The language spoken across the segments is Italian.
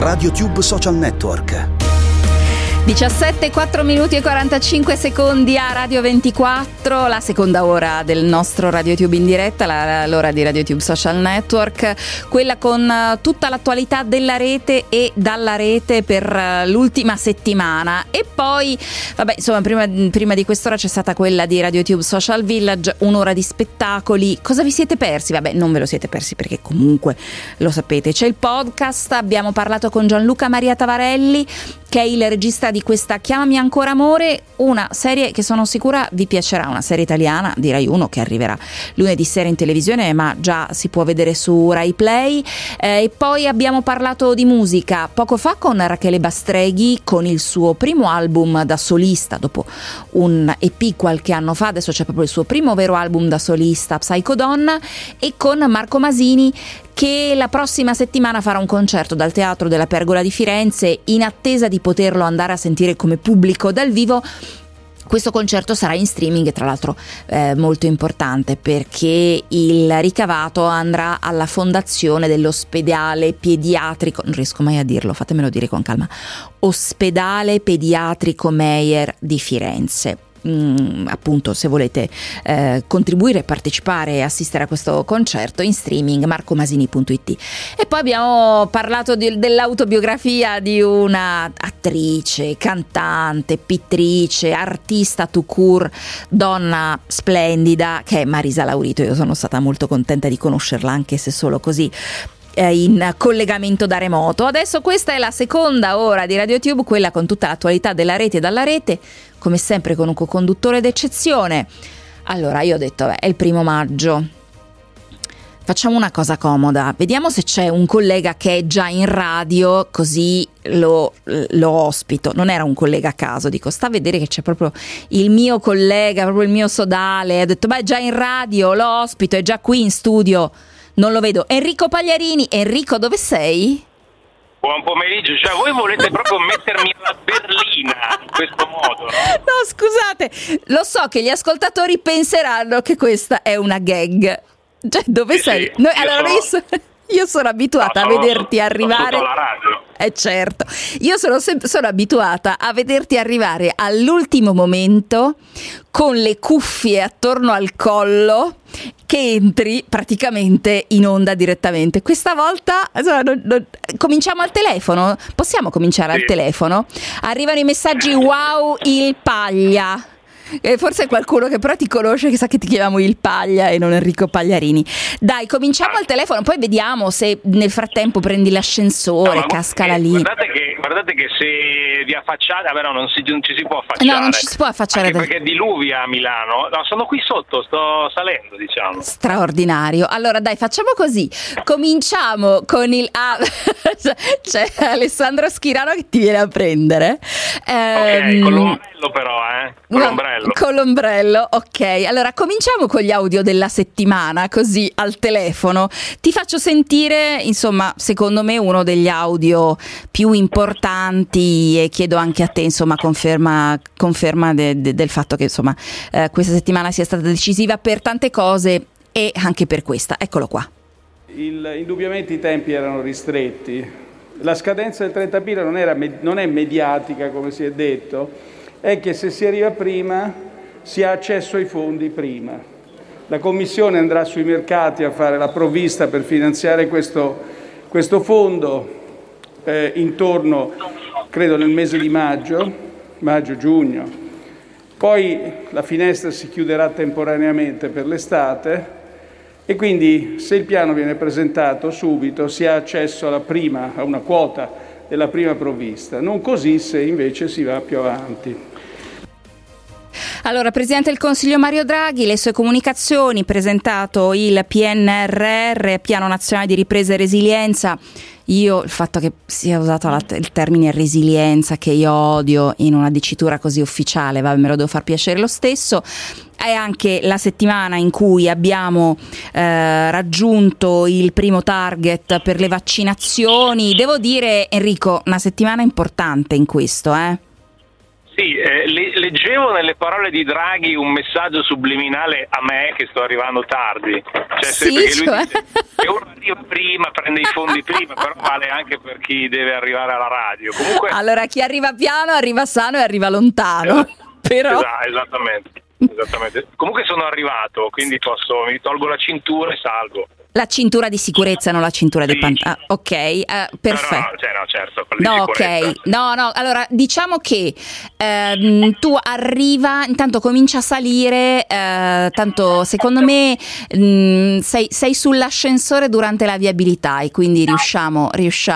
RadioTube Social Network. 17, 4 minuti e 45 secondi a Radio 24, la seconda ora del nostro RadioTube in diretta, l'ora di RadioTube Social Network, quella con tutta l'attualità della rete e dalla rete per l'ultima settimana. E poi, vabbè, insomma, prima di quest'ora c'è stata quella di RadioTube Social Village, un'ora di spettacoli. Cosa vi siete persi? Vabbè, non ve lo siete persi perché comunque lo sapete. C'è il podcast, abbiamo parlato con Gianluca Maria Tavarelli, che è il regista di questa Chiamami ancora amore, una serie che sono sicura vi piacerà, una serie italiana di Rai 1 che arriverà lunedì sera in televisione, ma già si può vedere su Rai Play. E poi abbiamo parlato di musica poco fa con Rachele Bastreghi, con il suo primo album da solista dopo un EP qualche anno fa, adesso c'è proprio il suo primo vero album da solista, Psycho Donna, e con Marco Masini, che la prossima settimana farà un concerto dal Teatro della Pergola di Firenze. In attesa di poterlo andare a sentire come pubblico dal vivo, questo concerto sarà in streaming, tra l'altro molto importante perché il ricavato andrà alla fondazione dell'ospedale pediatrico, non riesco mai a dirlo, fatemelo dire con calma, Ospedale Pediatrico Meyer di Firenze. Appunto, se volete contribuire, partecipare e assistere a questo concerto in streaming, marcomasini.it. E poi abbiamo parlato dell'autobiografia di una attrice, cantante, pittrice, artista tout court, donna splendida, che è Marisa Laurito. Io sono stata molto contenta di conoscerla, anche se solo così in collegamento da remoto. Adesso questa è la seconda ora di RadioTube, quella con tutta l'attualità della rete e dalla rete, come sempre con un co-conduttore d'eccezione. Allora, io ho detto, è il 1° maggio, facciamo una cosa comoda, vediamo se c'è un collega che è già in radio, così lo ospito. Non era un collega a caso, dico, sta a vedere che c'è proprio il mio collega, proprio il mio sodale. Ho detto, è già in radio, lo ospito, è già qui in studio. Non lo vedo. Enrico Pagliarini. Enrico, dove sei? Buon pomeriggio, cioè voi volete proprio mettermi alla berlina in questo modo, no? No, scusate, lo so che gli ascoltatori penseranno che questa è una gag. Cioè, dove sei? Sì, Io sono abituata a vederti arrivare. Alla radio. Certo, io sono abituata a vederti arrivare all'ultimo momento con le cuffie attorno al collo, che entri praticamente in onda direttamente. Questa volta cominciamo al telefono? Possiamo cominciare al telefono? Arrivano i messaggi: wow, il Paglia. Forse è qualcuno che però ti conosce, che sa che ti chiamiamo il Paglia e non Enrico Pagliarini. Dai, cominciamo al telefono, poi vediamo se nel frattempo prendi l'ascensore, casca la lì. Guardate che se vi affacciate, non ci si può affacciare. No, non ci si può affacciare. Perché diluvia a Milano. No, sono qui sotto, sto salendo, diciamo. Straordinario. Allora dai, facciamo così. Cominciamo con il... c'è Alessandro Schirano che ti viene a prendere. Ok, con l'ombrello però, con l'ombrello. Con l'ombrello, ok. Allora cominciamo con gli audio della settimana, così al telefono. Ti faccio sentire, insomma, secondo me uno degli audio più importanti, e chiedo anche a te, insomma, conferma del fatto che, insomma, questa settimana sia stata decisiva per tante cose e anche per questa. Eccolo qua. Indubbiamente i tempi erano ristretti. La scadenza del 30 aprile non è mediatica, come si è detto, è che se si arriva prima si ha accesso ai fondi prima. La Commissione andrà sui mercati a fare la provvista per finanziare questo fondo intorno, credo, nel mese di maggio-giugno. Poi la finestra si chiuderà temporaneamente per l'estate e quindi, se il piano viene presentato subito, si ha accesso a una quota della prima provvista. Non così se invece si va più avanti. Allora, Presidente del Consiglio Mario Draghi, le sue comunicazioni, presentato il PNRR, Piano Nazionale di Ripresa e Resilienza. Io il fatto che sia usato il termine resilienza, che io odio, in una dicitura così ufficiale, me lo devo far piacere lo stesso. È anche la settimana in cui abbiamo raggiunto il primo target per le vaccinazioni. Devo dire, Enrico, una settimana importante in questo, Sì, leggevo nelle parole di Draghi un messaggio subliminale a me che sto arrivando tardi. Sì, perché lui cioè... dice che uno arriva prima, prende i fondi prima, però vale anche per chi deve arrivare alla radio. Comunque, allora, chi arriva piano arriva sano e arriva lontano. Però... Esattamente. Comunque sono arrivato, quindi mi tolgo la cintura e salgo. La cintura di sicurezza, non la cintura dei pantaloni. Ok, perfetto. No, certo. No, ok. No, allora diciamo che tu arriva, intanto comincia a salire, tanto secondo me sei sull'ascensore durante la viabilità e quindi riusciamo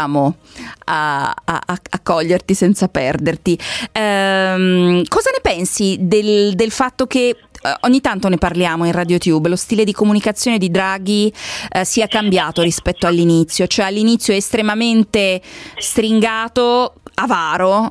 a coglierti senza perderti. Cosa ne pensi del fatto che ogni tanto ne parliamo in RadioTube, lo stile di comunicazione di Draghi sia cambiato rispetto all'inizio, cioè all'inizio è estremamente stringato, avaro,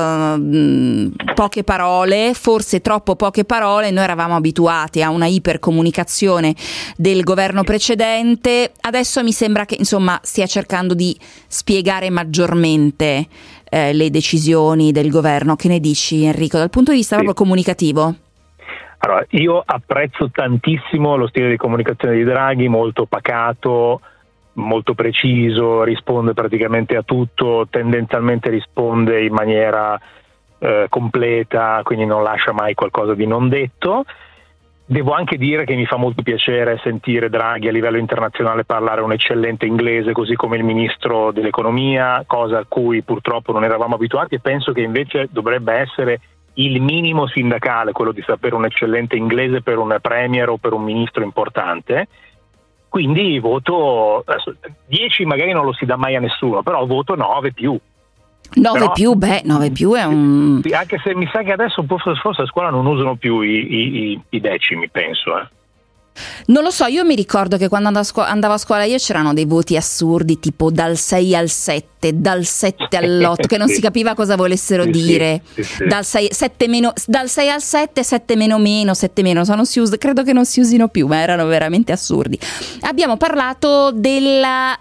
poche parole, forse troppo poche parole. Noi eravamo abituati a una ipercomunicazione del governo precedente, adesso mi sembra che insomma stia cercando di spiegare maggiormente le decisioni del governo. Che ne dici, Enrico, dal punto di vista proprio comunicativo? Allora, io apprezzo tantissimo lo stile di comunicazione di Draghi, molto pacato, molto preciso, risponde praticamente a tutto, tendenzialmente risponde in maniera completa, quindi non lascia mai qualcosa di non detto. Devo anche dire che mi fa molto piacere sentire Draghi a livello internazionale parlare un eccellente inglese, così come il ministro dell'economia, cosa a cui purtroppo non eravamo abituati, e penso che invece dovrebbe essere il minimo sindacale, quello di sapere un eccellente inglese per un premier o per un ministro importante. Quindi voto 10, magari non lo si dà mai a nessuno, però voto 9 più. 9 più è un... Sì, anche se mi sa che adesso forse a scuola non usano più i decimi, penso. Non lo so, io mi ricordo che quando andavo a scuola io c'erano dei voti assurdi, tipo dal 6 al 7, dal 7 all'8, che non si capiva cosa volessero dire. Sì. Dal 6 al 7, 7 meno, 7 meno, credo che non si usino più, ma erano veramente assurdi. Abbiamo parlato del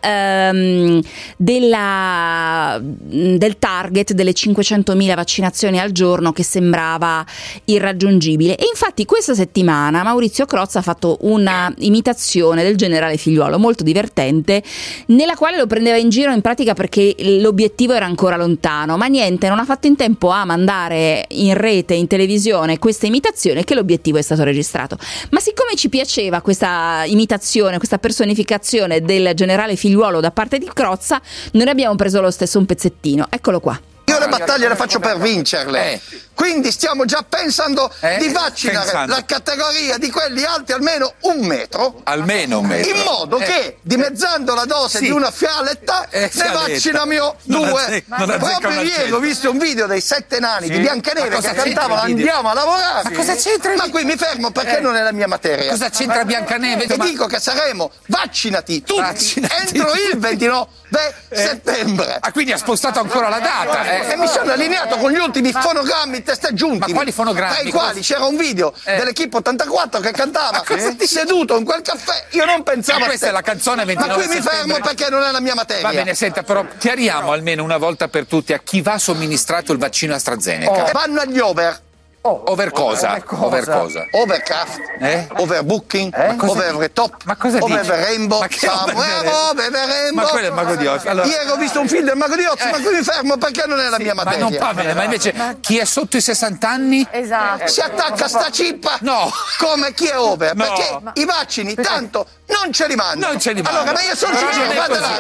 target delle 500.000 vaccinazioni al giorno che sembrava irraggiungibile, e infatti questa settimana Maurizio Crozza ha fatto una imitazione del generale Figliuolo molto divertente, nella quale lo prendeva in giro in pratica perché l'obiettivo era ancora lontano, ma niente, non ha fatto in tempo a mandare in rete, in televisione questa imitazione, che l'obiettivo è stato registrato. Ma siccome ci piaceva questa imitazione, questa personificazione del generale Figliuolo da parte di Crozza, noi ne abbiamo preso lo stesso un pezzettino. Eccolo qua. Io le battaglie le faccio per vincerle, quindi stiamo già pensando di vaccinare la categoria di quelli alti almeno 1 metro. Almeno 1 metro. In modo che, dimezzando la dose di una fialetta, ne vaccinano 2. Proprio ieri ho visto un video dei 7 nani di Biancaneve che cantavano "Andiamo a lavorare". Ma cosa c'entra? Ma qui mi fermo perché non è la mia materia. Cosa c'entra Biancaneve? E dico che saremo vaccinati tutti entro il 29 settembre. Ah, quindi ha spostato ancora la data. E mi sono allineato con gli ultimi fonogrammi test aggiunti. Ma quali fonogrammi? Tra i quali c'era un video dell'Equipe 84 che cantava seduto in quel caffè. Io non pensavo questa è la canzone 29 Ma qui mi fermo perché non è la mia materia. Va bene, senta, però chiariamo almeno una volta per tutti a chi va somministrato il vaccino AstraZeneca. Vanno agli over. Over cosa? Over cosa? Overcraft, overbooking, overtop, over Rainbow. Ma quello è il Mago di Oz. Allora... Ieri ho visto un film del Mago di Oz, ma qui mi fermo perché non è la mia materia. Ma non va bene, ma invece chi è sotto i 60 anni? Esatto. Si attacca sta cippa come chi è over, perché i vaccini tanto non ce li mandano. Allora, ma io sono sincero,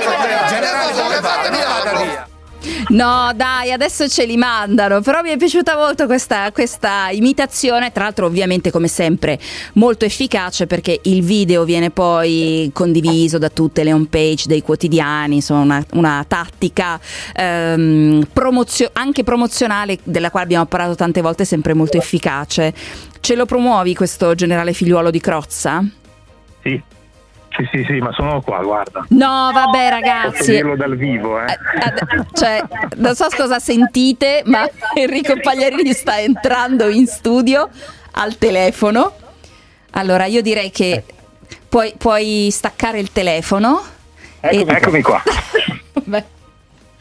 fatemi via. No dai, adesso ce li mandano, però mi è piaciuta molto questa imitazione, tra l'altro ovviamente come sempre molto efficace, perché il video viene poi condiviso da tutte le home page dei quotidiani, insomma una tattica anche promozionale della quale abbiamo parlato tante volte, sempre molto efficace. Ce lo promuovi questo generale Figliuolo di Crozza? Sì, ma sono qua, guarda. No, vabbè ragazzi. Posso dirlo dal vivo, cioè, non so cosa sentite, ma Enrico Pagliarini sta entrando in studio al telefono. Allora, io direi che puoi staccare il telefono. Eccomi qua. Beh.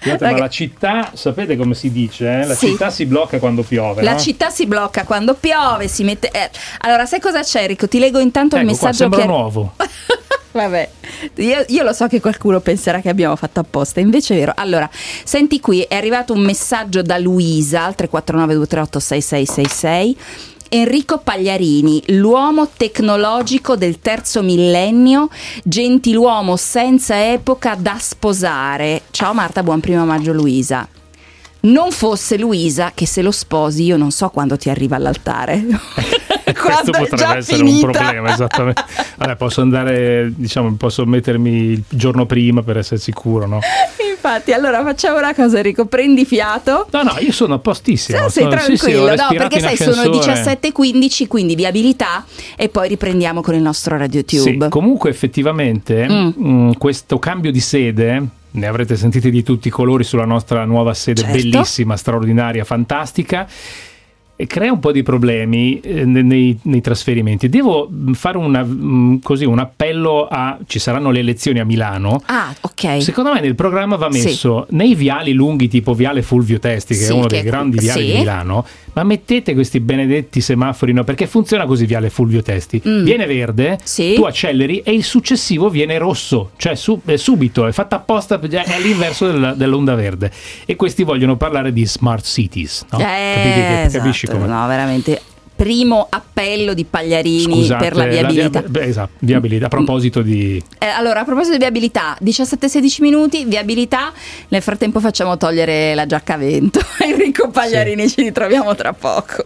Ma la città, sapete come si dice? La città si blocca quando piove. La no? città si blocca quando piove, si mette. Allora, sai cosa c'è, Enrico? Ti leggo intanto il messaggio qua, sembra nuovo. Vabbè, io lo so che qualcuno penserà che abbiamo fatto apposta, invece è vero. Allora, senti qui, è arrivato un messaggio da Luisa al 349 238 6666. Enrico Pagliarini, l'uomo tecnologico del terzo millennio, gentiluomo senza epoca da sposare. Ciao Marta, buon 1° maggio Luisa. Non fosse Luisa che se lo sposi io non so quando ti arriva all'altare. Questo potrebbe essere finita. un problema, esattamente. Vabbè, posso andare, posso mettermi il giorno prima per essere sicuro, no? Infatti, allora facciamo una cosa, Enrico, prendi fiato. No, io sono a postissimo. Sei tranquillo, no, perché sai, sono le 17:15, quindi viabilità e poi riprendiamo con il nostro RadioTube. Sì, comunque effettivamente questo cambio di sede, ne avrete sentiti di tutti i colori sulla nostra nuova sede, bellissima, straordinaria, fantastica, e crea un po' di problemi nei trasferimenti. Devo fare un appello ci saranno le elezioni a Milano. Ah, ok. Secondo me nel programma va messo nei viali lunghi tipo Viale Fulvio Testi, che è uno dei grandi viali di Milano, ma mettete questi benedetti semafori, no? Perché funziona così Viale Fulvio Testi. Viene verde, tu acceleri e il successivo viene rosso, cioè subito, è fatta apposta, è all'inverso dell'onda verde. E questi vogliono parlare di smart cities, no? Capisci come? No, veramente. Primo appello di Pagliarini per la viabilità. Esatto, viabilità. A proposito di... Allora, a proposito di viabilità, 17-16 minuti, viabilità. Nel frattempo facciamo togliere la giacca a vento. Enrico Pagliarini, ci ritroviamo tra poco.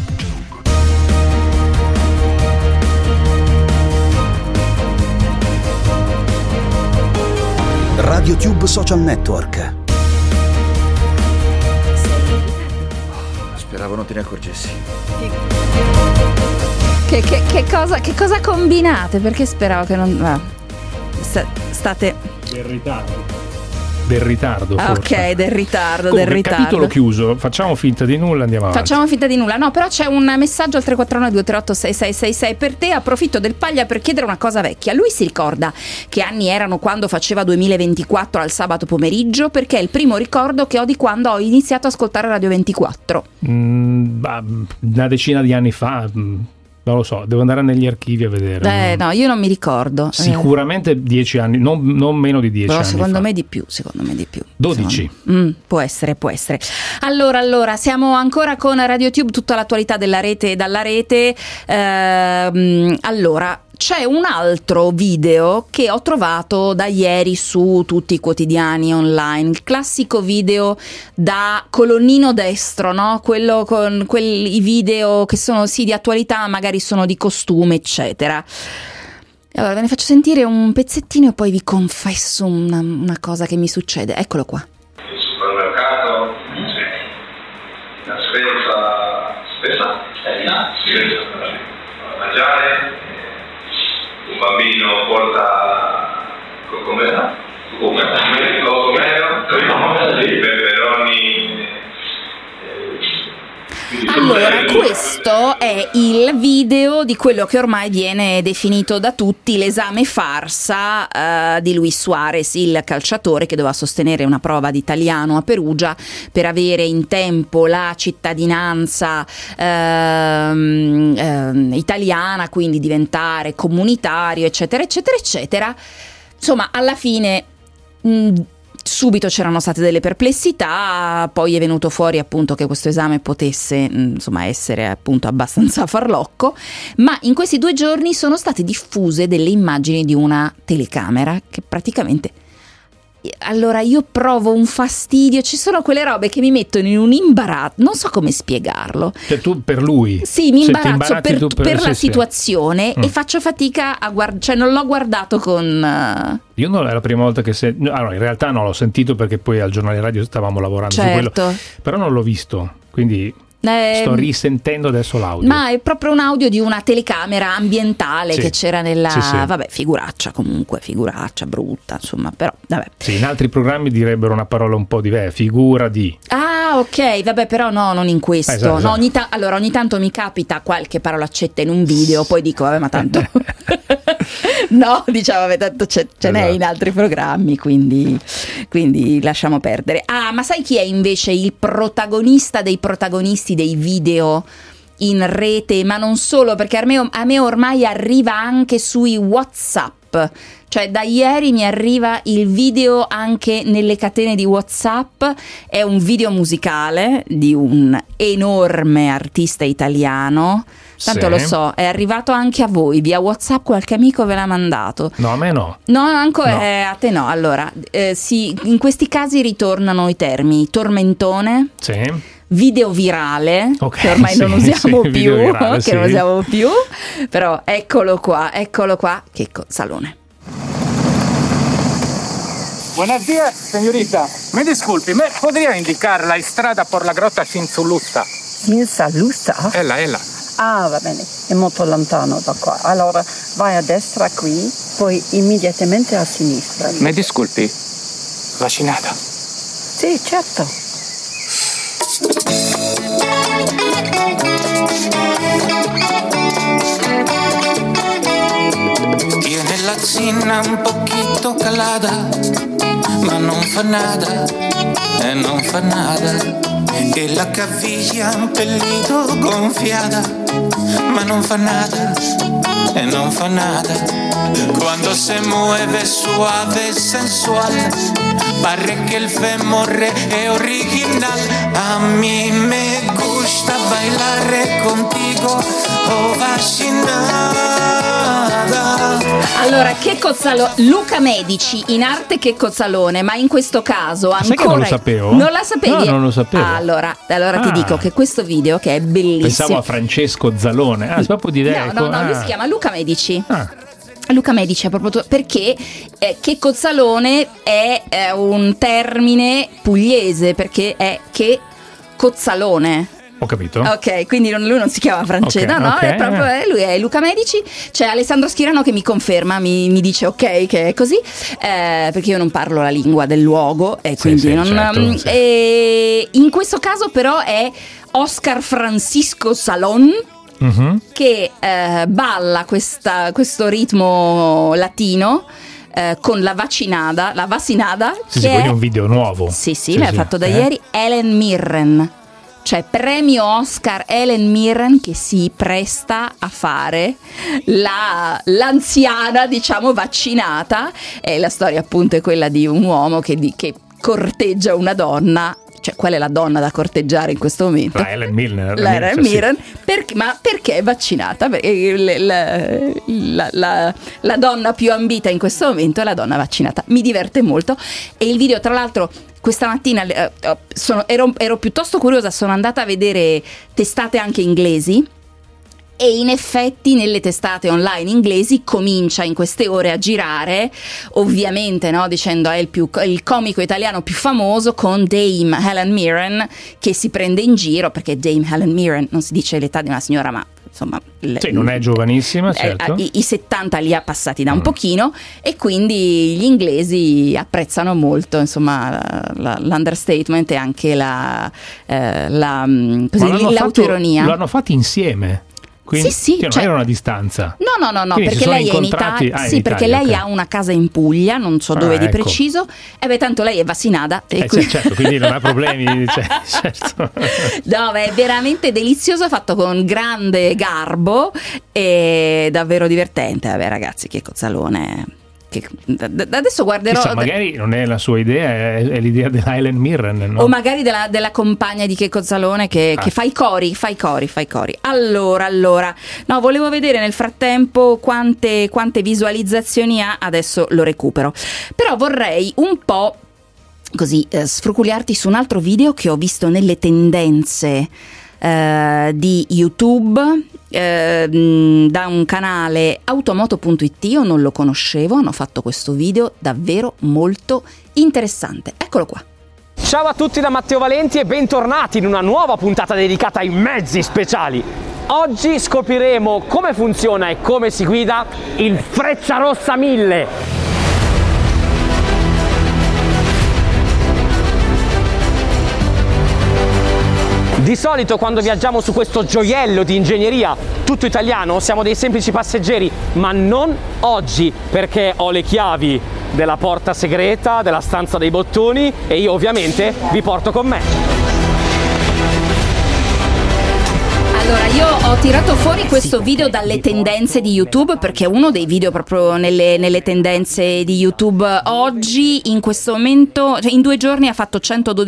RadioTube Social Network. Speravo non te ne accorgessi. Che cosa combinate? Perché speravo che non... state... Del ritardo forse. Ok, del ritardo. Capitolo chiuso, facciamo finta di nulla, andiamo avanti. Facciamo finta di nulla. No, però c'è un messaggio al 349 238 6666 per te. Approfitto del Paglia per chiedere una cosa vecchia. Lui si ricorda che anni erano quando faceva 2024 al sabato pomeriggio, perché è il primo ricordo che ho di quando ho iniziato ad ascoltare Radio 24. Una decina di anni fa. Non lo so, devo andare negli archivi a vedere. No, io non mi ricordo. Sicuramente 10 anni, non meno di 10 però anni secondo fa. me di più. 12. Può essere. Allora, siamo ancora con RadioTube, tutta l'attualità della rete e dalla rete. Allora, c'è un altro video che ho trovato da ieri su tutti i quotidiani online, il classico video da colonnino destro, no? Quello con i video che sono di attualità, magari sono di costume, eccetera. Allora ve ne faccio sentire un pezzettino e poi vi confesso una cosa che mi succede. Eccolo qua. Il supermercato, la spesa da mangiare. Un bambino porta cocomero, peperoni. Allora, questo è il video di quello che ormai viene definito da tutti l'esame farsa di Luis Suarez, il calciatore che doveva sostenere una prova di italiano a Perugia per avere in tempo la cittadinanza italiana, quindi diventare comunitario, eccetera, eccetera, eccetera. Insomma, alla fine... subito c'erano state delle perplessità, poi è venuto fuori appunto che questo esame potesse essere appunto abbastanza farlocco, ma in questi 2 giorni sono state diffuse delle immagini di una telecamera che praticamente... Allora io provo un fastidio, ci sono quelle robe che mi mettono in un imbarazzo, non so come spiegarlo. Cioè tu per lui? Sì, mi imbarazzo per la situazione e faccio fatica a guardare, cioè non l'ho guardato con... Io non è la prima volta che allora, in realtà no, l'ho sentito perché poi al giornale radio stavamo lavorando su quello, però non l'ho visto, quindi... sto risentendo adesso l'audio. Ma è proprio un audio di una telecamera ambientale che c'era nella... Vabbè, figuraccia brutta, insomma, però vabbè. Sì, in altri programmi direbbero una parola un po' diversa, figura di... Ah, ok, vabbè, però no, non in questo. Esatto. No, ogni tanto mi capita qualche parolaccetta in un video, poi dico, vabbè, ma tanto... No, diciamo, tanto ce n'è in altri programmi, quindi lasciamo perdere. Ah, ma sai chi è invece il protagonista dei protagonisti dei video in rete? Ma non solo, perché a me ormai arriva anche sui WhatsApp. Cioè da ieri mi arriva il video anche nelle catene di WhatsApp. È un video musicale di un enorme artista italiano. Tanto lo so, è arrivato anche a voi via WhatsApp, qualche amico ve l'ha mandato. No, a me no. No, ancora no. A te no. Allora, sì, in questi casi ritornano i termini tormentone. Sì. Video virale, che ormai non usiamo più, virale, che non usiamo più, però eccolo qua, Checco Zalone. Buenos días, señorita. Me disculpi, ¿me podría indicar la strada por la grotta Sinzulussa? Sinzulussa? Ella. Ah, va bene, è molto lontano da qua. Allora vai a destra qui, poi immediatamente a sinistra. Me disculpi, vaccinata? Sì, certo. Tiene la zinna un poquito calada, ma non fa nada, non fa nada. E la caviglia un pelito gonfiada, ma non fa nada, non fa nada. Cuando se mueve suave, sensual, pare que el femore è original. A mí me gusta bailar contigo, oh vaccinada. Allora, Checco Zalone, Luca Medici, in arte Checco Zalone, ma in questo caso ancora... Sai che non lo sapevo? Non la sapevi? No, non lo sapevo. Allora ti dico che questo video, che è bellissimo... Pensavo a Francesco Zalone. Proprio di idea. No, lui si chiama Luca Medici. Luca Medici è proprio perché Checco Zalone è un termine pugliese, perché è che Cozzalone. Ho capito. Ok, quindi lui non si chiama Francesco, okay. È proprio lui è Luca Medici. C'è Alessandro Schirano che mi conferma, mi dice ok che è così, perché io non parlo la lingua del luogo e quindi non. Certo. E in questo caso però è Oscar Francisco Salón. Uh-huh. Che balla questo ritmo latino con la vaccinada. Sì, che è un video nuovo. Sì, l'ha fatto da ieri Helen Mirren. Cioè premio Oscar Helen Mirren, che si presta a fare l'anziana, diciamo, vaccinata. E la storia appunto è quella di un uomo che corteggia una donna. Cioè, qual è la donna da corteggiare in questo momento? La Helen Mirren. Ma perché è vaccinata? Perché la donna più ambita in questo momento è la donna vaccinata. Mi diverte molto. E il video, tra l'altro, questa mattina ero piuttosto curiosa, sono andata a vedere testate anche inglesi. E in effetti nelle testate online inglesi comincia in queste ore a girare, ovviamente, no, dicendo è il comico italiano più famoso, con Dame Helen Mirren che si prende in giro, perché Dame Helen Mirren non si dice l'età di una signora, ma insomma sì, non è giovanissima, certo. I 70 li ha passati da un pochino, e quindi gli inglesi apprezzano molto, insomma, l'understatement e anche l'autoironia. Lo hanno fatto insieme. Quindi sì, non era una distanza. No, perché lei è in Italia. Sì, perché lei ha una casa in Puglia, non so dove di preciso. E tanto lei è vaccinata. Certo, quindi non ha problemi. Certo. No, è veramente delizioso, fatto con grande garbo e davvero divertente. Vabbè, ragazzi, Checco Zalone. Adesso guarderò. Chissà, magari non è la sua idea, è l'idea della Helen Mirren, no? O magari della compagna di Checco Zalone che fa i cori. Allora, no, volevo vedere nel frattempo quante visualizzazioni ha. Adesso lo recupero. Però vorrei un po' così sfruculiarti su un altro video che ho visto nelle tendenze di YouTube, da un canale automoto.it. Io non lo conoscevo, hanno fatto questo video davvero molto interessante. Eccolo qua. Ciao a tutti da Matteo Valenti e bentornati in una nuova puntata dedicata ai mezzi speciali. Oggi scopriremo come funziona e come si guida il Frecciarossa 1000. Di Di solito quando viaggiamo su questo gioiello di ingegneria tutto italiano siamo dei semplici passeggeri, ma non oggi, perché ho le chiavi della porta segreta, della stanza dei bottoni, e io ovviamente vi porto con me. Allora, io ho tirato fuori questo video dalle tendenze di YouTube, perché è uno dei video proprio nelle tendenze di YouTube oggi. In questo momento, cioè in 2 giorni, ha fatto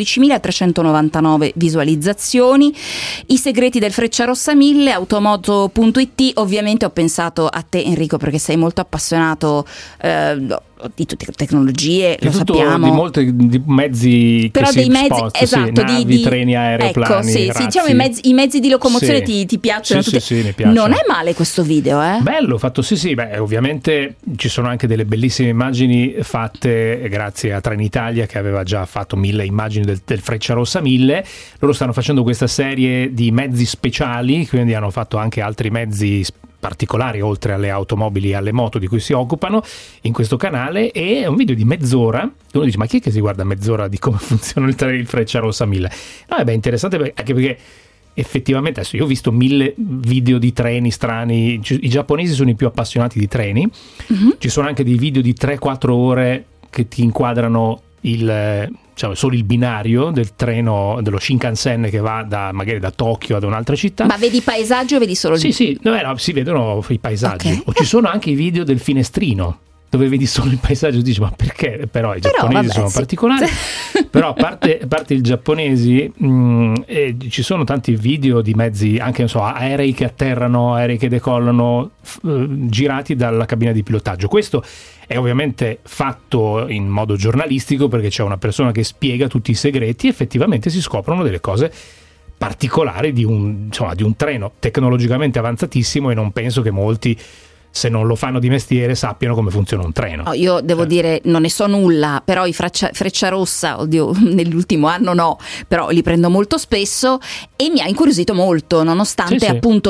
112.399 visualizzazioni. I segreti del Frecciarossa 1000, automoto.it. Ovviamente ho pensato a te, Enrico, perché sei molto appassionato di tutte le tecnologie, lo sappiamo, di molti mezzi, però che dei si mezzi, sposta, esatto, sì, navi, treni, aeroplani, ecco, sì, razzi. diciamo i mezzi di locomozione, sì. ti piacciono sì, tutti. sì, mi piacciono. Non è male questo video, bello fatto, sì, beh, ovviamente ci sono anche delle bellissime immagini fatte grazie a Trenitalia, che aveva già fatto 1000 immagini del Frecciarossa 1000. Loro stanno facendo questa serie di mezzi speciali, quindi hanno fatto anche altri mezzi particolari oltre alle automobili e alle moto di cui si occupano in questo canale, e è un video di mezz'ora. Uno dice: ma chi è che si guarda mezz'ora di come funziona il Frecciarossa 1000? No, è interessante anche perché effettivamente adesso io ho visto 1000 video di treni strani. I giapponesi sono i più appassionati di treni. Ci sono anche dei video di 3-4 ore che ti inquadrano solo il binario del treno, dello Shinkansen, che va magari da Tokyo ad un'altra città. Ma vedi i paesaggi o vedi solo il... Sì, no, si vedono i paesaggi. Okay. O ci sono anche i video del finestrino, dove vedi solo il paesaggio e dici: ma perché? Però i giapponesi sono particolari. Però a parte i giapponesi, ci sono tanti video di mezzi, anche aerei che atterrano, aerei che decollano, girati dalla cabina di pilotaggio. Questo è ovviamente fatto in modo giornalistico, perché c'è una persona che spiega tutti i segreti. Effettivamente si scoprono delle cose particolari di un treno tecnologicamente avanzatissimo, e non penso che molti, se non lo fanno di mestiere, sappiano come funziona un treno. No, io devo dire, non ne so nulla, però i Frecciarossa, oddio, nell'ultimo anno no, però li prendo molto spesso e mi ha incuriosito molto, nonostante appunto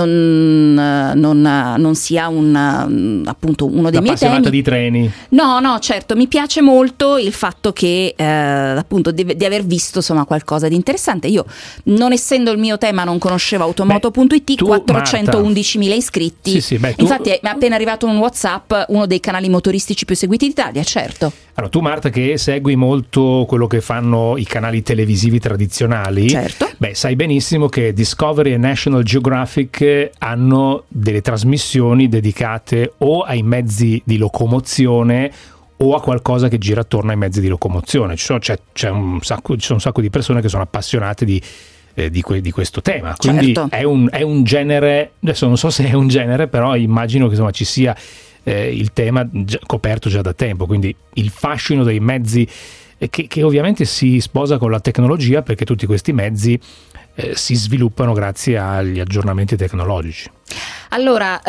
non sia appunto uno dei miei temi. Appassionata di treni? No, certo, mi piace molto il fatto che appunto di aver visto qualcosa di interessante. Io, non essendo il mio tema, non conoscevo automoto.it, 411.000 iscritti. Sì, infatti è appena arrivato un WhatsApp, uno dei canali motoristici più seguiti d'Italia, certo. Allora, tu, Marta, che segui molto quello che fanno i canali televisivi tradizionali, certo, sai benissimo che Discovery e National Geographic hanno delle trasmissioni dedicate o ai mezzi di locomozione o a qualcosa che gira attorno ai mezzi di locomozione. Ci sono un sacco di persone che sono appassionate di questo tema, quindi certo, è un genere. Adesso non so se è un genere, però immagino che ci sia il tema coperto già da tempo, quindi il fascino dei mezzi che ovviamente si sposa con la tecnologia, perché tutti questi mezzi si sviluppano grazie agli aggiornamenti tecnologici. Allora,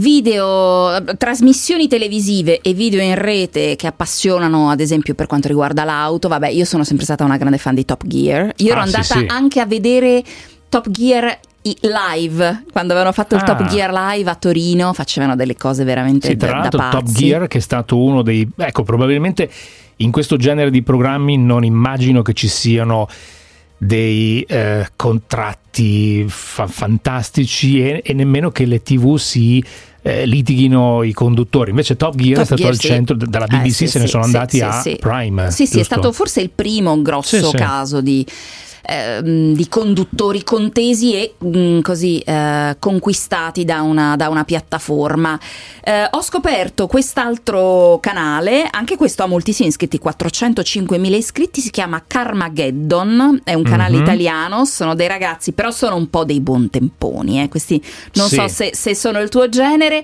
trasmissioni televisive e video in rete che appassionano, ad esempio per quanto riguarda l'auto. Vabbè, io sono sempre stata una grande fan di Top Gear. Io ero andata anche a vedere Top Gear live, quando avevano fatto il Top Gear live a Torino, facevano delle cose veramente tra da l'altro pazzi. Top Gear, che è stato uno dei... probabilmente in questo genere di programmi non immagino che ci siano dei contratti fantastici e nemmeno che le TV si litighino i conduttori. Invece Top Gear è stato al centro dalla BBC, se ne sono andati a Prime. Sì, è stato forse il primo grosso caso di conduttori contesi e così conquistati da una piattaforma. Ho scoperto quest'altro canale, anche questo ha moltissimi iscritti, 405.000 iscritti, si chiama Carmageddon, è un canale italiano, sono dei ragazzi, però sono un po' dei buontemponi, questi non so se sono il tuo genere.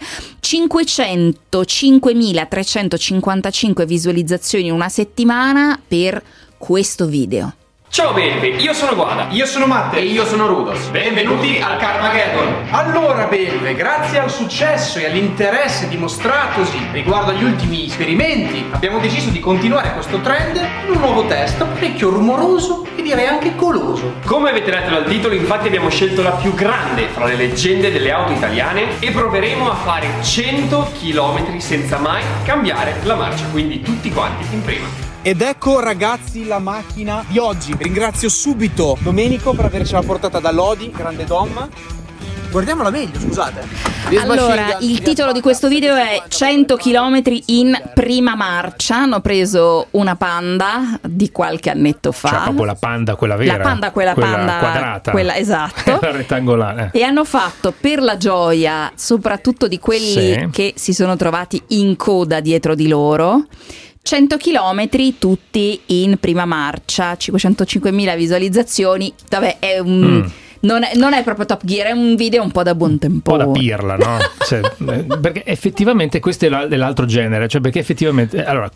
505.355 visualizzazioni in una settimana per questo video. Ciao belve, io sono Guada. Io sono Matte. E io sono Rudos. Benvenuti al Carmageddon. Allora belve, grazie al successo e all'interesse dimostratosi riguardo agli ultimi esperimenti, abbiamo deciso di continuare questo trend con un nuovo test parecchio rumoroso e direi anche goloso. Come avete letto dal titolo, infatti abbiamo scelto la più grande fra le leggende delle auto italiane e proveremo a fare 100 km senza mai cambiare la marcia, quindi tutti quanti in prima. Ed ecco ragazzi la macchina di oggi. Ringrazio subito Domenico per avercela portata da Lodi, grande Dom. Guardiamola meglio, scusate. Allora, il titolo di questo video è 100 km in prima marcia. Hanno preso una Panda di qualche annetto fa. Cioè proprio la Panda, quella vera. La Panda, quella Panda quadrata. Quella, esatto. La rettangolare. E hanno fatto, per la gioia soprattutto di quelli che si sono trovati in coda dietro di loro, 100 chilometri tutti in prima marcia, 505.000 visualizzazioni. Vabbè, è un... Non è proprio Top Gear, è un video un po' da buon tempo. Un po' da pirla, no? Cioè, perché effettivamente questo è dell'altro genere, cioè perché effettivamente, allora,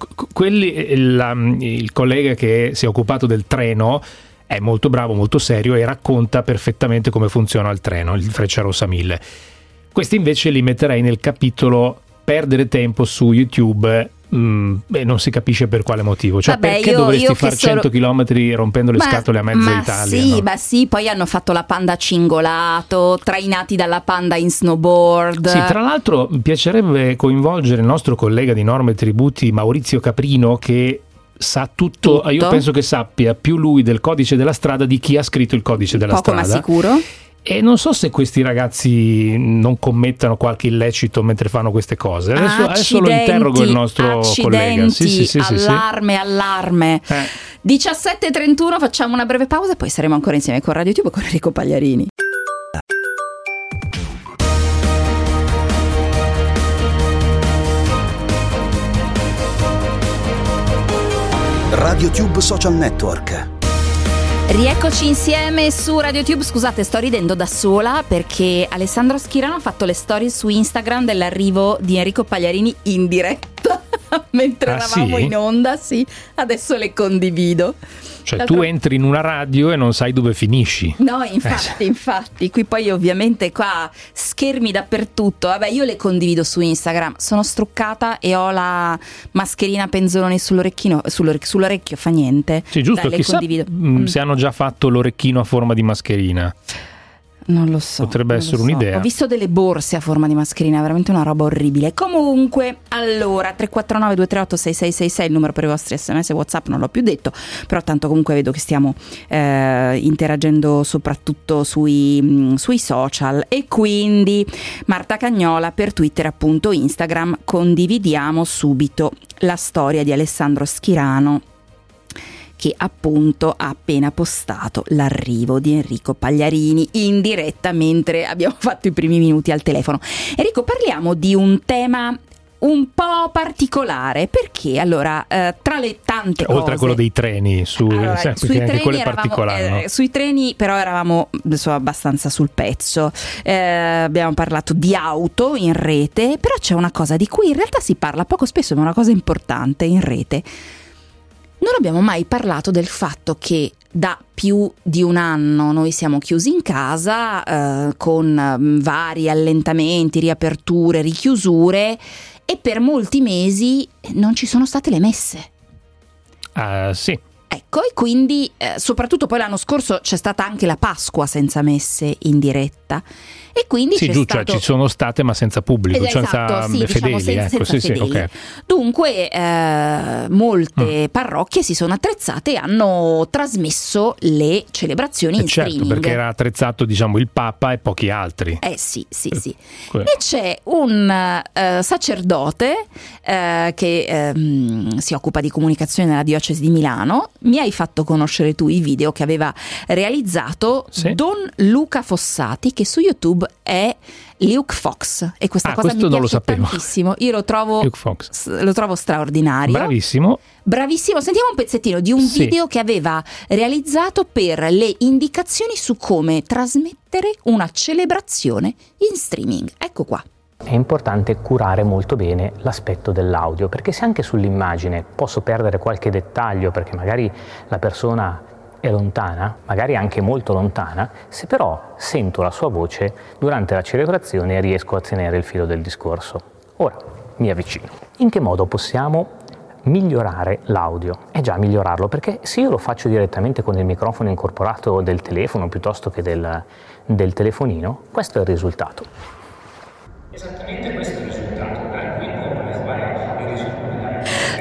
il collega che si è occupato del treno è molto bravo, molto serio e racconta perfettamente come funziona il treno, il Frecciarossa 1000. Questi invece li metterei nel capitolo perdere tempo su YouTube. E non si capisce per quale motivo, cioè perché dovresti fare 100 km rompendo le scatole a mezza Italia? Sì, no? Sì, poi hanno fatto la Panda cingolato, trainati dalla Panda in snowboard. Sì, tra l'altro mi piacerebbe coinvolgere il nostro collega di Norme Tributi Maurizio Caprino, che sa tutto. Io penso che sappia più lui del codice della strada di chi ha scritto il codice della strada. Poco ma sicuro. E non so se questi ragazzi non commettano qualche illecito mentre fanno queste cose. Adesso lo interrogo il nostro collega. Sì, allarme. 17:31, facciamo una breve pausa e poi saremo ancora insieme con Radio Tube con Enrico Pagliarini. Radio Tube Social Network. Rieccoci insieme su Radio Tube. Scusate, sto ridendo da sola perché Alessandro Schirano ha fatto le storie su Instagram dell'arrivo di Enrico Pagliarini in diretta mentre eravamo in onda. Sì, adesso le condivido. Cioè tu entri in una radio e non sai dove finisci. No, infatti, qui poi ovviamente qua schermi dappertutto. Vabbè, io le condivido su Instagram. Sono struccata e ho la mascherina penzoloni sull'orecchio, fa niente. Sì, giusto, dai, chissà se hanno già fatto l'orecchino a forma di mascherina. Non lo so. Potrebbe essere un'idea. Ho visto delle borse a forma di mascherina, veramente una roba orribile. Comunque, allora, 349 238 6666 il numero per i vostri SMS e WhatsApp, non l'ho più detto, però tanto comunque vedo che stiamo interagendo soprattutto sui social. E quindi Marta Cagnola per Twitter, appunto Instagram, condividiamo subito la storia di Alessandro Schirano, che appunto ha appena postato l'arrivo di Enrico Pagliarini in diretta mentre abbiamo fatto i primi minuti al telefono. Enrico, parliamo di un tema un po' particolare, perché allora tra le tante cose, oltre a quello dei treni, sui treni però eravamo abbastanza sul pezzo, abbiamo parlato di auto in rete, però c'è una cosa di cui in realtà si parla poco spesso, ma è una cosa importante in rete. Non abbiamo mai parlato del fatto che da più di un anno noi siamo chiusi in casa con vari allentamenti, riaperture, richiusure, e per molti mesi non ci sono state le messe. Sì. Ecco, e quindi soprattutto poi l'anno scorso c'è stata anche la Pasqua senza messe in diretta. E quindi sì, cioè ci sono state ma senza pubblico, senza fedeli. Senza fedeli. Sì, okay. Dunque molte parrocchie si sono attrezzate e hanno trasmesso le celebrazioni in streaming. Perché era attrezzato, diciamo, il Papa e pochi altri. Sì. E c'è un sacerdote che si occupa di comunicazione nella diocesi di Milano. Mi hai fatto conoscere tu i video che aveva realizzato Don Luca Fossati, che su YouTube è Luke Fox, e questa cosa mi piace tantissimo. Io lo trovo straordinario. Bravissimo. Sentiamo un pezzettino di un video che aveva realizzato per le indicazioni su come trasmettere una celebrazione in streaming. Ecco qua. È importante curare molto bene l'aspetto dell'audio, perché se anche sull'immagine posso perdere qualche dettaglio perché magari la persona è lontana, magari anche molto lontana, se però sento la sua voce durante la celebrazione riesco a tenere il filo del discorso. Ora mi avvicino. In che modo possiamo migliorare l'audio? È già migliorarlo, perché se io lo faccio direttamente con il microfono incorporato del telefono piuttosto che del telefonino, questo è il risultato. Esattamente questo è il risultato,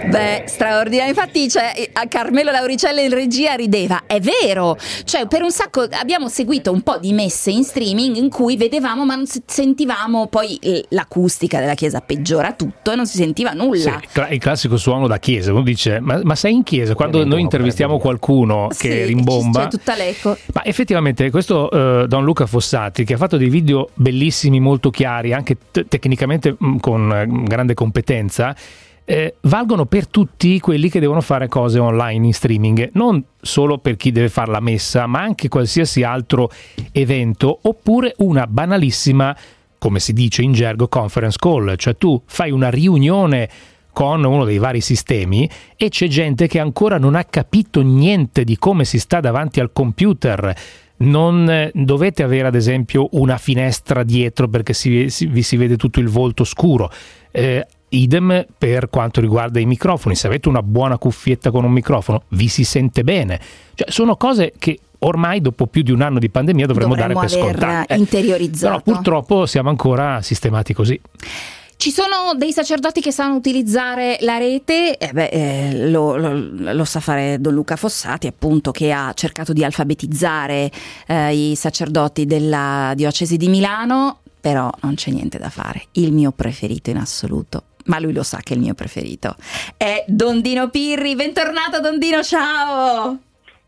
Beh, straordinario. Infatti a Carmelo Lauricella in regia rideva. È vero, cioè per un sacco abbiamo seguito un po' di messe in streaming in cui vedevamo ma non sentivamo, poi l'acustica della chiesa peggiora tutto e non si sentiva nulla. Sì, il classico suono da chiesa, uno dice ma sei in chiesa? Quando noi intervistiamo qualcuno che rimbomba, c'è tutta l'eco. Ma effettivamente questo Don Luca Fossati, che ha fatto dei video bellissimi, molto chiari, anche tecnicamente con grande competenza, valgono per tutti quelli che devono fare cose online in streaming, non solo per chi deve fare la messa, ma anche qualsiasi altro evento, oppure una banalissima, come si dice in gergo, conference call, cioè tu fai una riunione con uno dei vari sistemi e c'è gente che ancora non ha capito niente di come si sta davanti al computer. Non dovete avere ad esempio una finestra dietro perché vi si vede tutto il volto scuro. Idem per quanto riguarda i microfoni, se avete una buona cuffietta con un microfono vi si sente bene, cioè sono cose che ormai dopo più di un anno di pandemia dovremmo dare per scontate, interiorizzato. Però purtroppo siamo ancora sistemati così. Ci sono dei sacerdoti che sanno utilizzare la rete, lo sa fare Don Luca Fossati, appunto, che ha cercato di alfabetizzare i sacerdoti della diocesi di Milano, però non c'è niente da fare. Il mio preferito in assoluto, ma lui lo sa che è il mio preferito, è Don Dino Pirri. Bentornato Don Dino, ciao!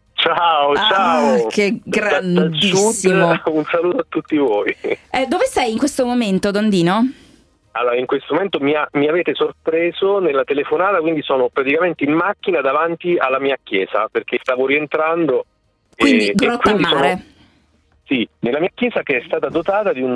Ciao, che grandissimo! Dal sud, un saluto a tutti voi. Dove sei in questo momento, Don Dino? Allora, in questo momento mi avete sorpreso nella telefonata, quindi sono praticamente in macchina davanti alla mia chiesa, perché stavo rientrando. Quindi Grotta Mare. Sì, nella mia chiesa, che è stata dotata di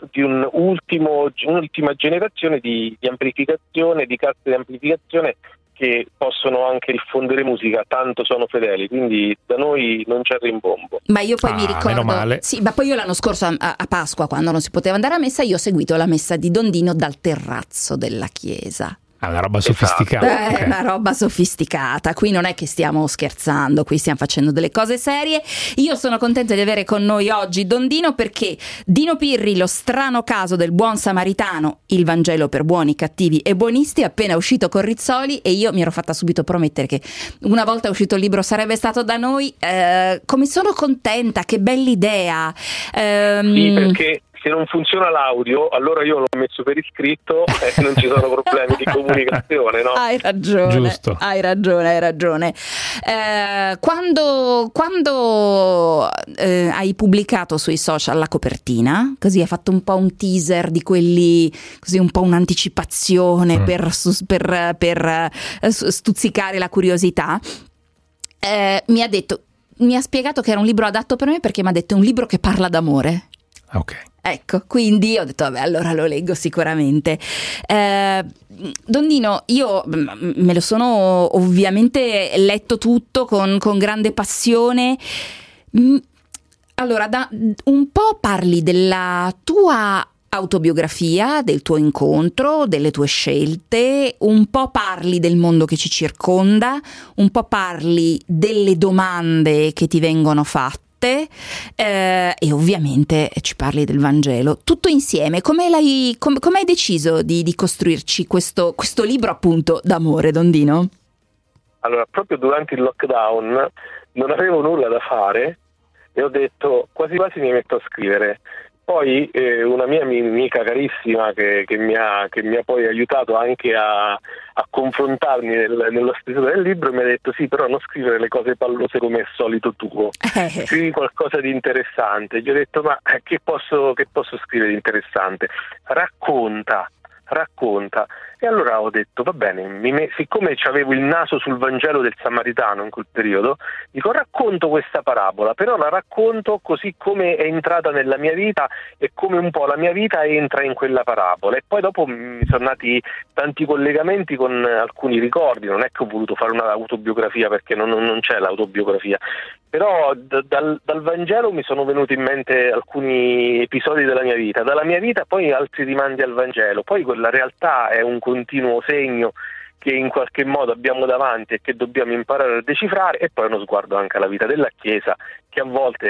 un'ultima generazione di amplificazione, di casse di amplificazione che possono anche diffondere musica, tanto sono fedeli, quindi da noi non c'è rimbombo. Ma io poi mi ricordo, meno male. Sì, ma poi io l'anno scorso a Pasqua, quando non si poteva andare a messa, io ho seguito la messa di Don Dino dal terrazzo della chiesa. Una roba sofisticata. È una roba sofisticata. Qui non è che stiamo scherzando, qui stiamo facendo delle cose serie. Io sono contenta di avere con noi oggi Don Dino, perché Dino Pirri, lo strano caso del buon samaritano, il Vangelo per buoni, cattivi e buonisti, è appena uscito con Rizzoli e io mi ero fatta subito promettere che una volta uscito il libro sarebbe stato da noi. Come sono contenta, che bella idea. Sì, perché se non funziona l'audio, allora io l'ho messo per iscritto e non ci sono problemi di comunicazione, no? Hai ragione. Giusto. Hai ragione. Quando hai pubblicato sui social la copertina, così hai fatto un po' un teaser di quelli, così un po' un'anticipazione per stuzzicare la curiosità, mi ha spiegato che era un libro adatto per me, perché mi ha detto è un libro che parla d'amore. Ok. Ecco, quindi ho detto vabbè, allora lo leggo sicuramente. Don Dino, io me lo sono ovviamente letto tutto con grande passione. Allora, un po' parli della tua autobiografia, del tuo incontro, delle tue scelte, un po' parli del mondo che ci circonda, un po' parli delle domande che ti vengono fatte, e ovviamente ci parli del Vangelo, tutto insieme. Come hai deciso di costruirci questo libro appunto d'amore, Don Dino? Allora, proprio durante il lockdown non avevo nulla da fare e ho detto quasi quasi mi metto a scrivere. Poi una mia amica carissima che mi ha poi aiutato anche a confrontarmi nello stesura del libro, mi ha detto sì, però non scrivere le cose pallose come è solito tuo, scrivi qualcosa di interessante. Gli ho detto ma che posso scrivere di interessante? Racconta. E allora ho detto va bene, siccome avevo il naso sul Vangelo del Samaritano in quel periodo, dico racconto questa parabola, però la racconto così come è entrata nella mia vita e come un po' la mia vita entra in quella parabola. E poi dopo mi sono nati tanti collegamenti con alcuni ricordi. Non è che ho voluto fare un'autobiografia, perché non c'è l'autobiografia, però dal Vangelo mi sono venuti in mente alcuni episodi della mia vita, dalla mia vita poi altri rimandi al Vangelo. Poi quella realtà è un continuo segno che in qualche modo abbiamo davanti e che dobbiamo imparare a decifrare, e poi uno sguardo anche alla vita della Chiesa, che a volte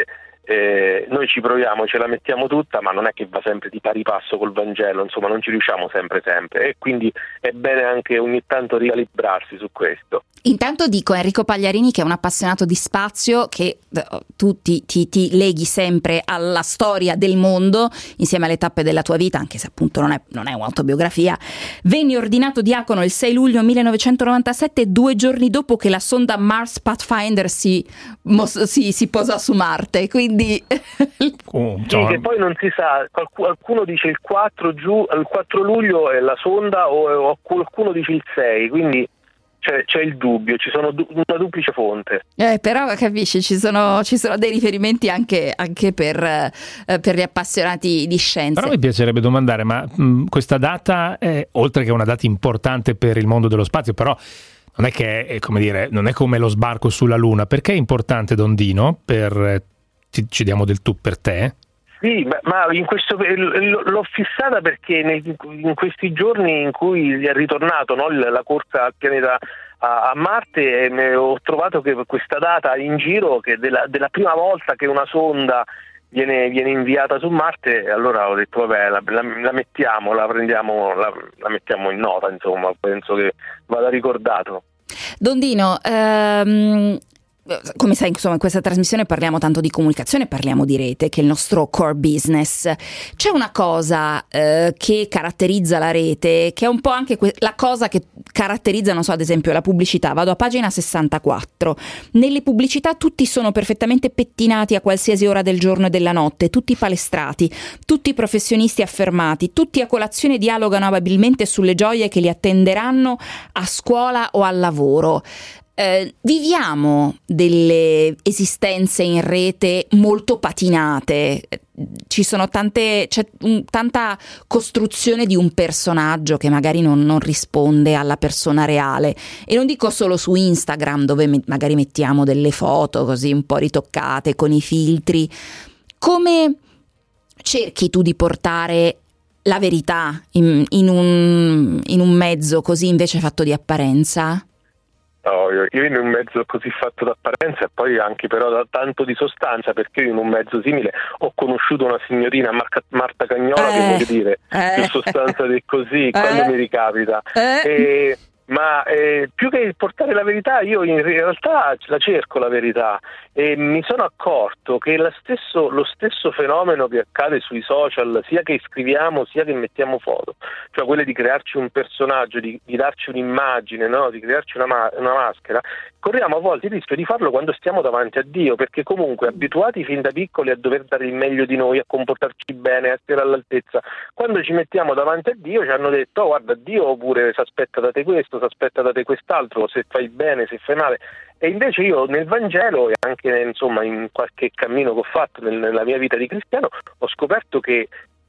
noi ci proviamo, ce la mettiamo tutta, ma non è che va sempre di pari passo col Vangelo, insomma non ci riusciamo sempre, e quindi è bene anche ogni tanto ricalibrarsi su questo. Intanto dico Enrico Pagliarini, che è un appassionato di spazio, che tu ti leghi sempre alla storia del mondo insieme alle tappe della tua vita, anche se appunto non è un'autobiografia. Venni ordinato diacono il 6 luglio 1997, 2 giorni dopo che la sonda Mars Pathfinder si posa su Marte, quindi sì, che poi non si sa, qualcuno dice il 4 luglio è la sonda o qualcuno dice il 6, quindi c'è il dubbio, ci sono una duplice fonte. Però capisci, ci sono dei riferimenti anche per gli appassionati di scienze. Però mi piacerebbe domandare, ma questa data è, oltre che una data importante per il mondo dello spazio, però non è che è, come dire, non è come lo sbarco sulla Luna. Perché è importante, Dondino? Ci diamo del tu per te? Sì, ma in questo l'ho fissata perché in questi giorni in cui è ritornato, no, la corsa al pianeta a Marte, ho trovato che questa data in giro, che della prima volta che una sonda viene inviata su Marte, allora ho detto vabbè, la mettiamo, la prendiamo, la mettiamo in nota, insomma, penso che vada ricordato. Dondino, come sai, insomma, in questa trasmissione parliamo tanto di comunicazione, parliamo di rete, che è il nostro core business. C'è una cosa che caratterizza la rete, che è un po' anche la cosa che caratterizza, non so, ad esempio la pubblicità. Vado a pagina 64. Nelle pubblicità tutti sono perfettamente pettinati a qualsiasi ora del giorno e della notte, tutti palestrati, tutti professionisti affermati, tutti a colazione dialogano amabilmente sulle gioie che li attenderanno a scuola o al lavoro. Viviamo delle esistenze in rete molto patinate, c'è tanta costruzione di un personaggio che magari non risponde alla persona reale, e non dico solo su Instagram, dove magari mettiamo delle foto così un po' ritoccate con i filtri. Come cerchi tu di portare la verità in un mezzo così invece fatto di apparenza? No, io in un mezzo così fatto d'apparenza e poi anche però da tanto di sostanza, perché io in un mezzo simile ho conosciuto una signorina, Marta Cagnola, che voglio dire, più sostanza di così, quando mi ricapita. Ma più che portare la verità, io in realtà la cerco la verità, e mi sono accorto che lo stesso fenomeno che accade sui social, sia che scriviamo sia che mettiamo foto, cioè quelle di crearci un personaggio, di darci un'immagine, no? Di crearci una maschera, corriamo a volte il rischio di farlo quando stiamo davanti a Dio, perché comunque abituati fin da piccoli a dover dare il meglio di noi, a comportarci bene, a essere all'altezza, quando ci mettiamo davanti a Dio ci hanno detto oh, guarda, Dio pure si aspetta da te questo, si aspetta da te quest'altro, se fai bene, se fai male. E invece io nel Vangelo e anche insomma in qualche cammino che ho fatto nella mia vita di cristiano ho scoperto che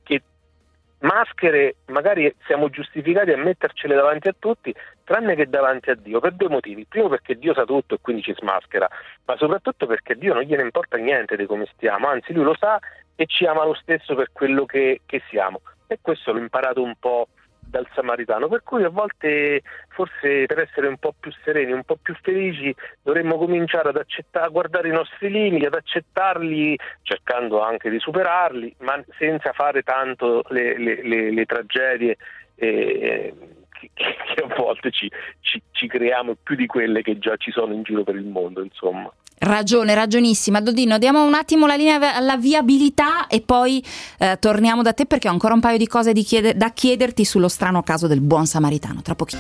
maschere magari siamo giustificati a mettercele davanti a tutti, tranne che davanti a Dio, per 2 motivi. Primo, perché Dio sa tutto e quindi ci smaschera, ma soprattutto perché a Dio non gliene importa niente di come stiamo, anzi Lui lo sa e ci ama lo stesso per quello che siamo. E questo l'ho imparato un po' dal Samaritano, per cui a volte forse per essere un po' più sereni, un po' più felici, dovremmo cominciare a guardare i nostri limiti, ad accettarli, cercando anche di superarli, ma senza fare tanto le tragedie che a volte ci creiamo, più di quelle che già ci sono in giro per il mondo, insomma. Ragionissima. Dondino, diamo un attimo la linea alla viabilità e poi torniamo da te, perché ho ancora un paio di cose da chiederti sullo strano caso del buon samaritano. Tra pochino.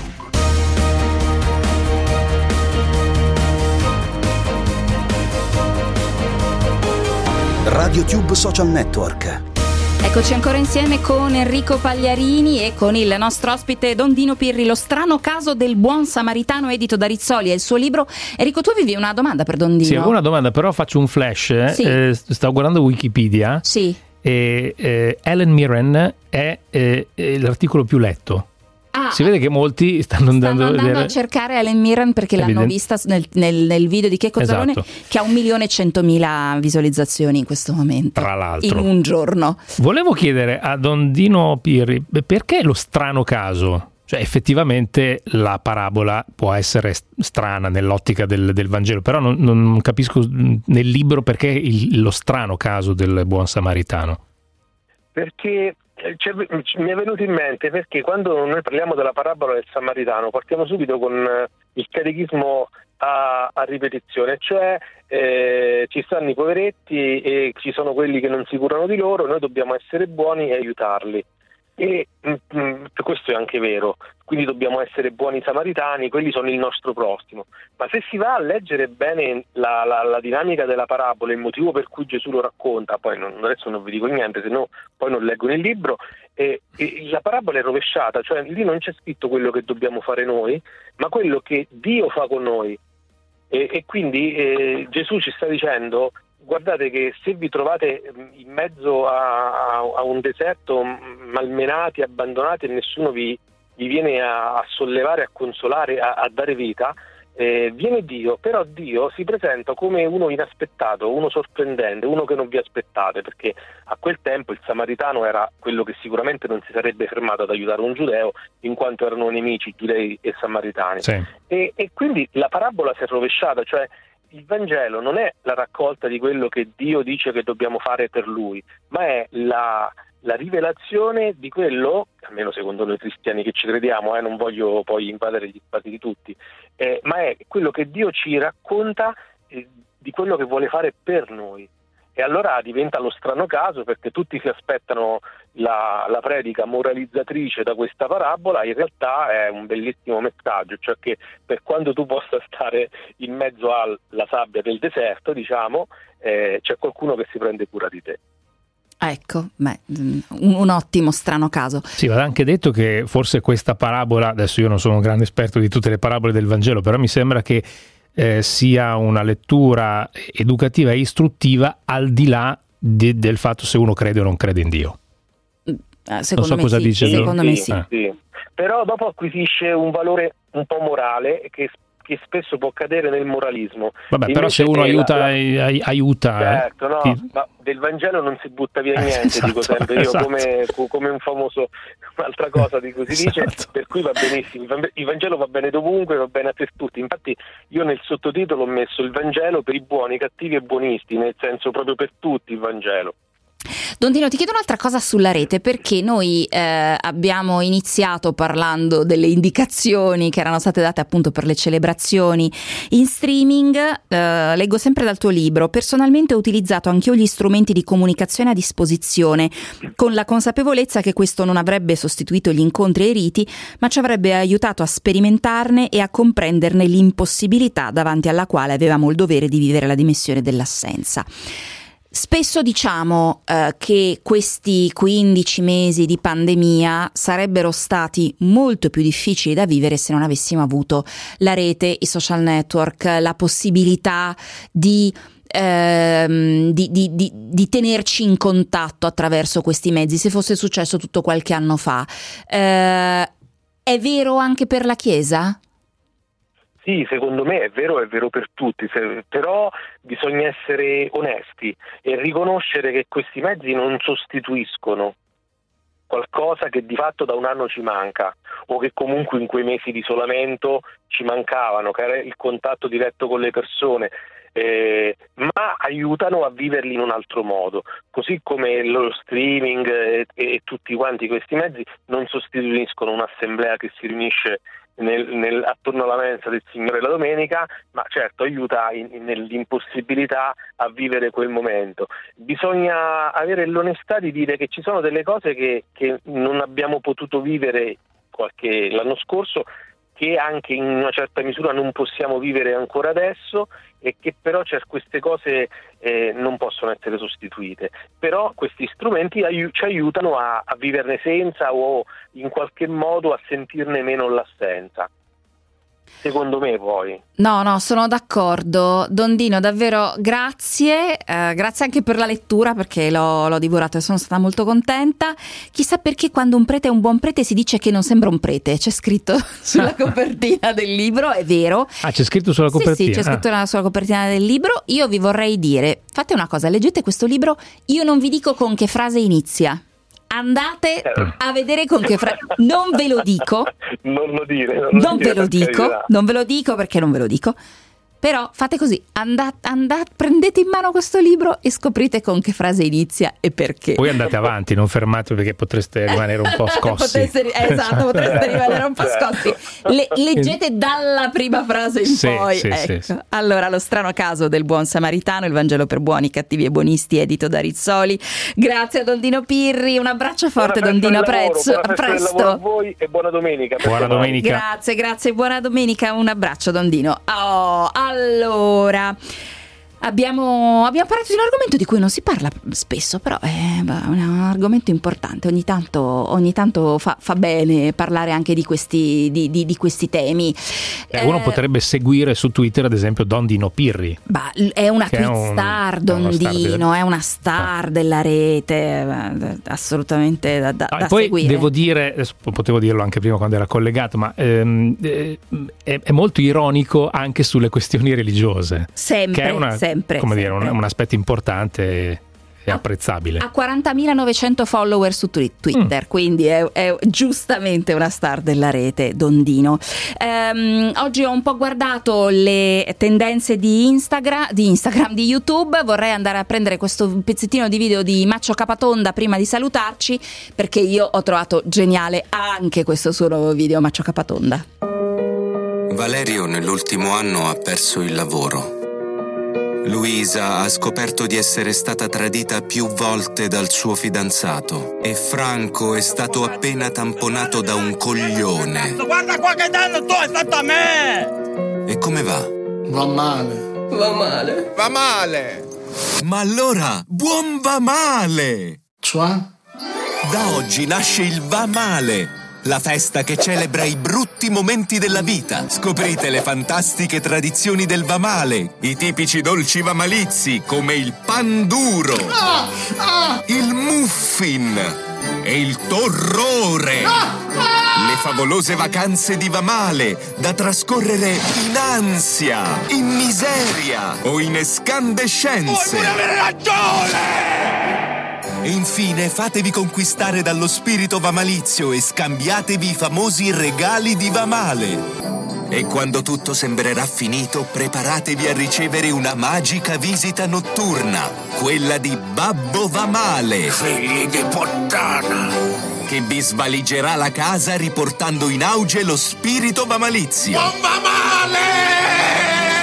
RadioTube Social Network. Eccoci ancora insieme con Enrico Pagliarini e con il nostro ospite Dondino Pirri, lo strano caso del buon samaritano, edito da Rizzoli, è il suo libro. Enrico, tu avevi una domanda per Dondino? Sì, avevo una domanda, però faccio un flash. Sì. Stavo guardando Wikipedia. Sì. E Helen Mirren è l'articolo più letto. Si vede che molti stanno andando a cercare Helen Mirren perché l'hanno vista nel video di Checco Zalone, esatto, che ha 1.100.000 visualizzazioni in questo momento, tra l'altro, in un giorno. Volevo chiedere a Dondino Pirri perché lo strano caso? Cioè effettivamente la parabola può essere strana nell'ottica del Vangelo, però non capisco nel libro perché lo strano caso del buon samaritano. Perché mi è venuto in mente, perché quando noi parliamo della parabola del Samaritano partiamo subito con il catechismo a ripetizione, cioè ci stanno i poveretti e ci sono quelli che non si curano di loro, noi dobbiamo essere buoni e aiutarli. E questo è anche vero, quindi dobbiamo essere buoni samaritani, quelli sono il nostro prossimo. Ma se si va a leggere bene la dinamica della parabola, il motivo per cui Gesù lo racconta, poi adesso non vi dico niente, se no poi non leggo nel libro, la parabola è rovesciata, cioè lì non c'è scritto quello che dobbiamo fare noi, ma quello che Dio fa con noi. E quindi Gesù ci sta dicendo: guardate che se vi trovate in mezzo a un deserto, malmenati, abbandonati, e nessuno vi viene a sollevare, a consolare, a dare vita, viene Dio, però Dio si presenta come uno inaspettato, uno sorprendente, uno che non vi aspettate, perché a quel tempo il samaritano era quello che sicuramente non si sarebbe fermato ad aiutare un giudeo, in quanto erano nemici giudei e samaritani. Sì. E quindi la parabola si è rovesciata, cioè il Vangelo non è la raccolta di quello che Dio dice che dobbiamo fare per Lui, ma è la rivelazione di quello, almeno secondo noi cristiani che ci crediamo, non voglio poi invadere gli spazi di tutti, ma è quello che Dio ci racconta di quello che vuole fare per noi. E allora diventa lo strano caso, perché tutti si aspettano la predica moralizzatrice da questa parabola. In realtà è un bellissimo messaggio, cioè che per quanto tu possa stare in mezzo alla sabbia del deserto, diciamo, c'è qualcuno che si prende cura di te. Ecco, un ottimo strano caso. Sì, va anche detto che forse questa parabola, adesso io non sono un grande esperto di tutte le parabole del Vangelo, però mi sembra che sia una lettura educativa e istruttiva al di là del fatto se uno crede o non crede in Dio. Secondo me dice. Secondo me sì. Sì. Però dopo acquisisce un valore un po' morale che spesso può cadere nel moralismo. Vabbè, invece però se uno aiuta. Certo, no, ma del Vangelo non si butta via niente, esatto, dico sempre io, esatto. come un famoso, un'altra cosa di cui si dice, per cui va benissimo. Il Vangelo va bene dovunque, va bene per tutti. Infatti io nel sottotitolo ho messo il Vangelo per i buoni, cattivi e buonisti, nel senso proprio per tutti il Vangelo. Don Dino, ti chiedo un'altra cosa sulla rete, perché noi abbiamo iniziato parlando delle indicazioni che erano state date appunto per le celebrazioni in streaming. Leggo sempre dal tuo libro: personalmente ho utilizzato anch'io gli strumenti di comunicazione a disposizione, con la consapevolezza che questo non avrebbe sostituito gli incontri e i riti, ma ci avrebbe aiutato a sperimentarne e a comprenderne l'impossibilità davanti alla quale avevamo il dovere di vivere la dimensione dell'assenza. Spesso diciamo che questi 15 mesi di pandemia sarebbero stati molto più difficili da vivere se non avessimo avuto la rete, i social network, la possibilità di tenerci in contatto attraverso questi mezzi, se fosse successo tutto qualche anno fa. È vero anche per la Chiesa? Sì, secondo me è vero per tutti, però bisogna essere onesti e riconoscere che questi mezzi non sostituiscono qualcosa che di fatto da un anno ci manca, o che comunque in quei mesi di isolamento ci mancavano, che era il contatto diretto con le persone, ma aiutano a viverli in un altro modo, così come lo streaming e tutti quanti questi mezzi non sostituiscono un'assemblea che si riunisce attorno alla mensa del Signore la domenica, ma certo aiuta nell'impossibilità a vivere quel momento. Bisogna avere l'onestà di dire che ci sono delle cose che non abbiamo potuto vivere l'anno scorso, che anche in una certa misura non possiamo vivere ancora adesso, e che però queste cose non possono essere sostituite. Però questi strumenti ci aiutano a viverne senza, o in qualche modo a sentirne meno l'assenza. Secondo me poi. No, sono d'accordo. Don Dino, davvero grazie, grazie anche per la lettura, perché l'ho divorato e sono stata molto contenta. Chissà perché quando un prete è un buon prete si dice che non sembra un prete, c'è scritto sulla copertina del libro, è vero. C'è scritto sulla copertina? Sì, c'è scritto sulla copertina del libro. Io vi vorrei dire, fate una cosa, leggete questo libro, io non vi dico con che frase inizia. andate a vedere con che frase. Non ve lo dico. Non lo dire. Non ve lo dico perché non ve lo dico. Però fate così, prendete in mano questo libro e scoprite con che frase inizia e perché. Poi andate avanti, non fermatevi perché potreste rimanere un po' scossi. potreste rimanere un po' scossi. Leggete dalla prima frase in poi. Sì. Allora, Lo strano caso del buon samaritano, il Vangelo per buoni, cattivi e buonisti, edito da Rizzoli. Grazie a Don Dino Pirri, un abbraccio forte Don Dino, a presto. A voi e buona domenica. Buona domenica. Grazie, buona domenica, un abbraccio Don Dino. Allora, abbiamo parlato di un argomento di cui non si parla spesso, però è un argomento importante. Ogni tanto fa bene parlare anche di questi temi. Uno potrebbe seguire su Twitter, ad esempio, Don Dino Pirri. È una tweet star, Don Dino, è una star della rete, assolutamente da poi seguire. Devo dire, potevo dirlo anche prima quando era collegato, ma è molto ironico anche sulle questioni religiose. Sempre. Come dire, un aspetto importante e apprezzabile. Ha 40.900 follower su Twitter, quindi è giustamente una star della rete, Don Dino. Oggi ho un po' guardato le tendenze di Instagram, di YouTube. Vorrei andare a prendere questo pezzettino di video di Maccio Capatonda prima di salutarci, perché io ho trovato geniale anche questo suo nuovo video. Maccio Capatonda. Valerio nell'ultimo anno ha perso il lavoro. Luisa ha scoperto di essere stata tradita più volte dal suo fidanzato e Franco è stato appena tamponato da un coglione. Guarda qua che danno tu, è stato a me! E come va? Va male. Ma allora, buon va male! Cioè? Da oggi nasce il Va Male, la festa che celebra i brutti momenti della vita. Scoprite le fantastiche tradizioni del Va Male, i tipici dolci vamalizi come il pan duro, il muffin e il torrore. Le favolose vacanze di Va Male da trascorrere in ansia, in miseria o in escandescenze. Vuoi avere ragione! E infine fatevi conquistare dallo spirito vamalizio e scambiatevi i famosi regali di Va Male. E quando tutto sembrerà finito, preparatevi a ricevere una magica visita notturna, quella di Babbo Va Male. Figli di puttana! Che vi svaligerà la casa riportando in auge lo spirito vamalizio. Buon Va Male!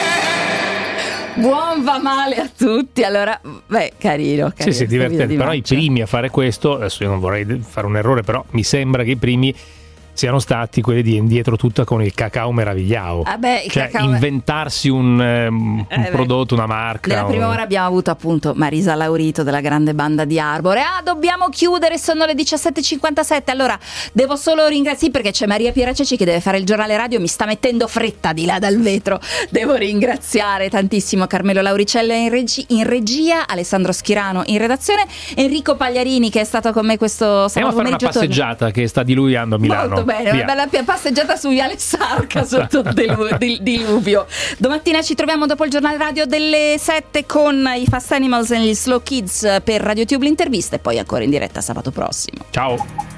Buon Va Male a tutti. Allora, carino. Sì, divertente. Però i primi a fare questo, adesso io non vorrei fare un errore, però mi sembra che i primi siano stati quelli di Indietro Tutta con il cacao meravigliao. Inventarsi un prodotto, una marca. Nella prima ora abbiamo avuto appunto Marisa Laurito della grande banda di Arbore. Dobbiamo chiudere, sono le 17:57. Allora devo solo ringraziare, perché c'è Maria Pieraceci che deve fare il giornale radio, mi sta mettendo fretta di là dal vetro. Devo ringraziare tantissimo Carmelo Lauricella in regia, Alessandro Schirano in redazione, Enrico Pagliarini che è stato con me questo sabato pomeriggio. Andiamo a fare una passeggiata che sta diluviando a Milano. Molto bene, una bella passeggiata su Viale Sarca sotto diluvio. Domattina ci troviamo dopo il giornale radio delle 7 con i Fast Animals e gli Slow Kids per RadioTube l'intervista, e poi ancora in diretta sabato prossimo. Ciao.